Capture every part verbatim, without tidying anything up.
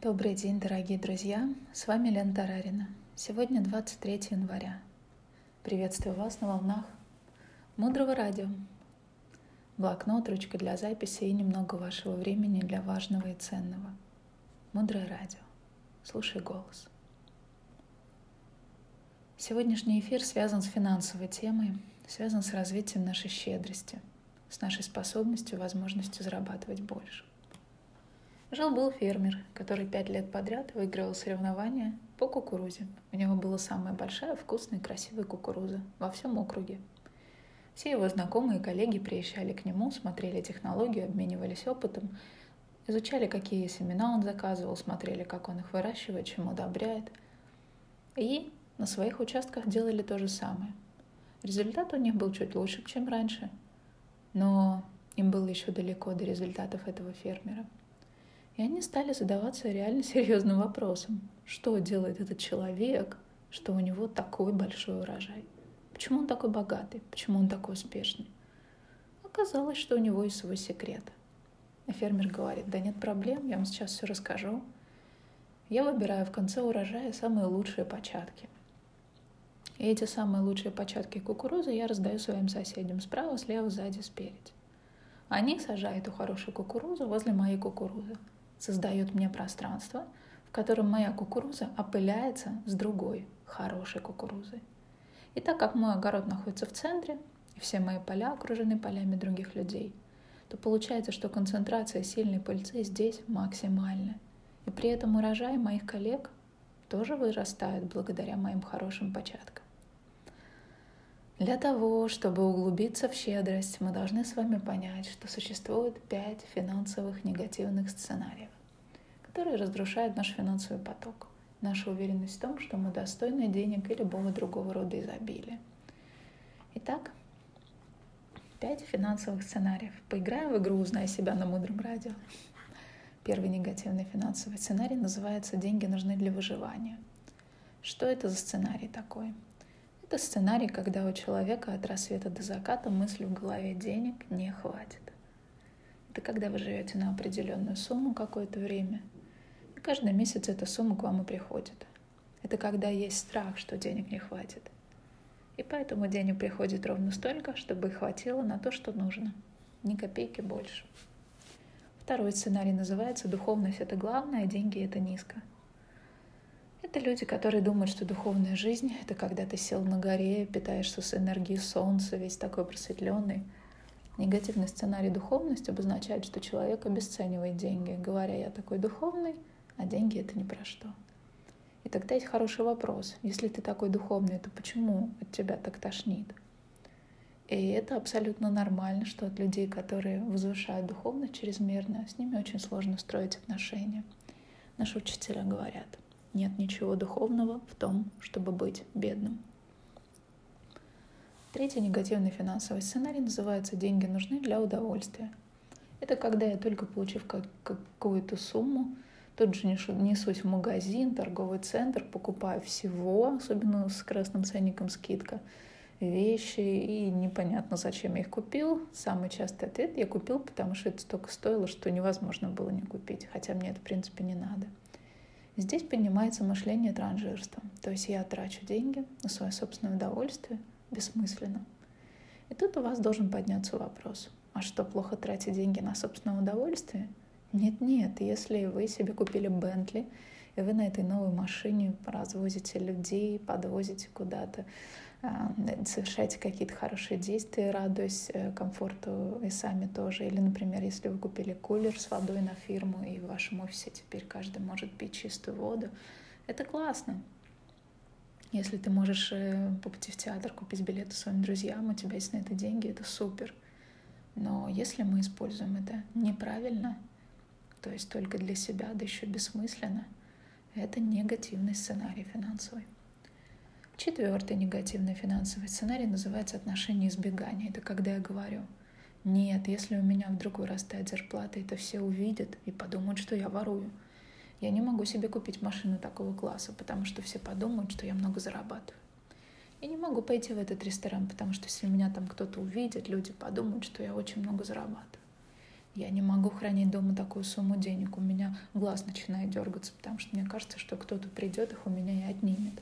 Добрый день, дорогие друзья! С вами Лена Тарарина. Сегодня двадцать третьего января. Приветствую вас на волнах Мудрого радио. Блокнот, ручка для записи и немного вашего времени для важного и ценного. Мудрое радио. Слушай голос. Сегодняшний эфир связан с финансовой темой, связан с развитием нашей щедрости, с нашей способностью и возможностью зарабатывать больше. Жил-был фермер, который пять лет подряд выигрывал соревнования по кукурузе. У него была самая большая, вкусная и красивая кукуруза во всем округе. Все его знакомые и коллеги приезжали к нему, смотрели технологию, обменивались опытом, изучали, какие семена он заказывал, смотрели, как он их выращивает, чем удобряет. И на своих участках делали то же самое. Результат у них был чуть лучше, чем раньше, но им было еще далеко до результатов этого фермера. И они стали задаваться реально серьезным вопросом, что делает этот человек, что у него такой большой урожай. Почему он такой богатый, почему он такой успешный? Оказалось, что у него есть свой секрет. И фермер говорит: да нет проблем, я вам сейчас все расскажу. Я выбираю в конце урожая самые лучшие початки. И эти самые лучшие початки кукурузы я раздаю своим соседям справа, слева, сзади, спереди. Они сажают эту хорошую кукурузу возле моей кукурузы. Создают мне пространство, в котором моя кукуруза опыляется с другой, хорошей кукурузой. И так как мой огород находится в центре, и все мои поля окружены полями других людей, то получается, что концентрация сильной пыльцы здесь максимальная. И при этом урожай моих коллег тоже вырастает благодаря моим хорошим початкам. Для того, чтобы углубиться в щедрость, мы должны с вами понять, что существует пять финансовых негативных сценариев, которые разрушают наш финансовый поток, нашу уверенность в том, что мы достойны денег и любого другого рода изобилия. Итак, пять финансовых сценариев. Поиграем в игру «Узнай себя» на Мудром радио. Первый негативный финансовый сценарий называется «Деньги нужны для выживания». Что это за сценарий такой? Это сценарий, когда у человека от рассвета до заката мысли в голове: денег не хватит. Это когда вы живете на определенную сумму какое-то время, и каждый месяц эта сумма к вам и приходит. Это когда есть страх, что денег не хватит. И поэтому денег приходит ровно столько, чтобы хватило на то, что нужно. Ни копейки больше. Второй сценарий называется «Духовность — это главное, а деньги — это низко». Это люди, которые думают, что духовная жизнь — это когда ты сел на горе, питаешься с энергией солнца, весь такой просветленный. Негативный сценарий духовности обозначает, что человек обесценивает деньги, говоря: я такой духовный, а деньги — это ни про что. И тогда есть хороший вопрос. Если ты такой духовный, то почему от тебя так тошнит? И это абсолютно нормально, что от людей, которые возвышают духовность чрезмерно, с ними очень сложно строить отношения. Наши учителя говорят: нет ничего духовного в том, чтобы быть бедным. Третий негативный финансовый сценарий называется «Деньги нужны для удовольствия». Это когда я, только получив какую-то сумму, тут же несусь в магазин, торговый центр, покупаю всего, особенно с красным ценником скидка, вещи, и непонятно, зачем я их купил. Самый частый ответ: я купил, потому что это столько стоило, что невозможно было не купить, хотя мне это в принципе не надо. Здесь поднимается мышление транжирства, то есть я трачу деньги на свое собственное удовольствие бессмысленно. И тут у вас должен подняться вопрос: а что, плохо тратить деньги на собственное удовольствие? Нет-нет, если вы себе купили Бентли, и вы на этой новой машине развозите людей, подвозите куда-то, совершаете какие-то хорошие действия, радуясь комфорту и сами тоже. Или, например, если вы купили кулер с водой на фирму, и в вашем офисе теперь каждый может пить чистую воду, это классно. Если ты можешь по пути в театр купить билеты своим друзьям, у тебя есть на это деньги, это супер. Но если мы используем это неправильно, то есть только для себя, да еще бессмысленно, это негативный сценарий финансовый. Четвертый негативный финансовый сценарий называется «Отношение избегания». Это когда я говорю: нет, если у меня вдруг вырастает зарплата, это все увидят и подумают, что я ворую. Я не могу себе купить машину такого класса, потому что все подумают, что я много зарабатываю. Я не могу пойти в этот ресторан, потому что если меня там кто-то увидит, люди подумают, что я очень много зарабатываю. Я не могу хранить дома такую сумму денег. У меня глаз начинает дергаться, потому что мне кажется, что кто-то придет их у меня и отнимет.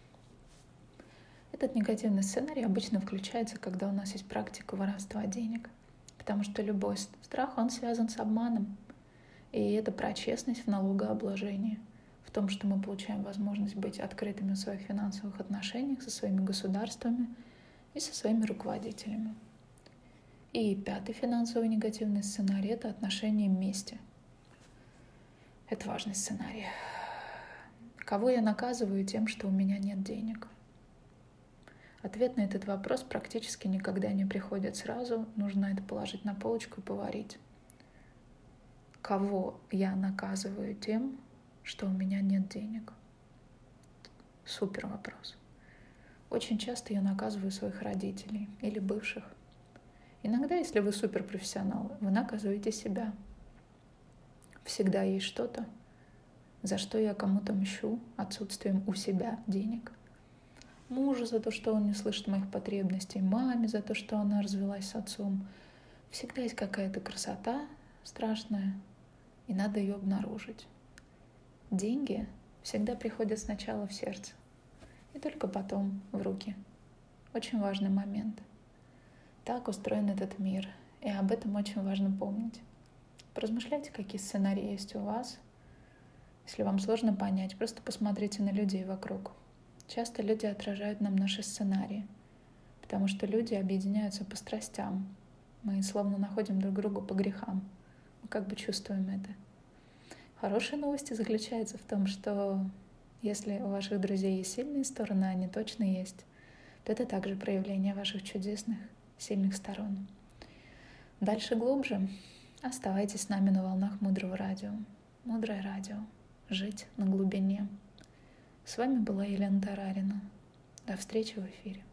Этот негативный сценарий обычно включается, когда у нас есть практика воровства денег. Потому что любой страх, он связан с обманом. И это про честность в налогообложении. В том, что мы получаем возможность быть открытыми в своих финансовых отношениях со своими государствами и со своими руководителями. И пятый финансовый негативный сценарий – это отношения мести. Это важный сценарий. Кого я наказываю тем, что у меня нет денег? Ответ на этот вопрос практически никогда не приходит сразу. Нужно это положить на полочку и поварить. Кого я наказываю тем, что у меня нет денег? Супер вопрос. Очень часто я наказываю своих родителей или бывших. Иногда, если вы суперпрофессионал, вы наказываете себя. Всегда есть что-то, за что я кому-то мщу отсутствием у себя денег. Мужу за то, что он не слышит моих потребностей, маме за то, что она развелась с отцом. Всегда есть какая-то красота страшная, и надо ее обнаружить. Деньги всегда приходят сначала в сердце, и только потом в руки. Очень важный момент. Так устроен этот мир, и об этом очень важно помнить. Поразмышляйте, какие сценарии есть у вас. Если вам сложно понять, просто посмотрите на людей вокруг. Часто люди отражают нам наши сценарии, потому что люди объединяются по страстям. Мы словно находим друг друга по грехам. Мы как бы чувствуем это. Хорошая новость заключается в том, что если у ваших друзей есть сильные стороны, они точно есть, то это также проявление ваших чудесных, сильных сторон. Дальше глубже. Оставайтесь с нами на волнах Мудрого радио. Мудрое радио. Жить на глубине. С вами была Елена Тарарина. До встречи в эфире.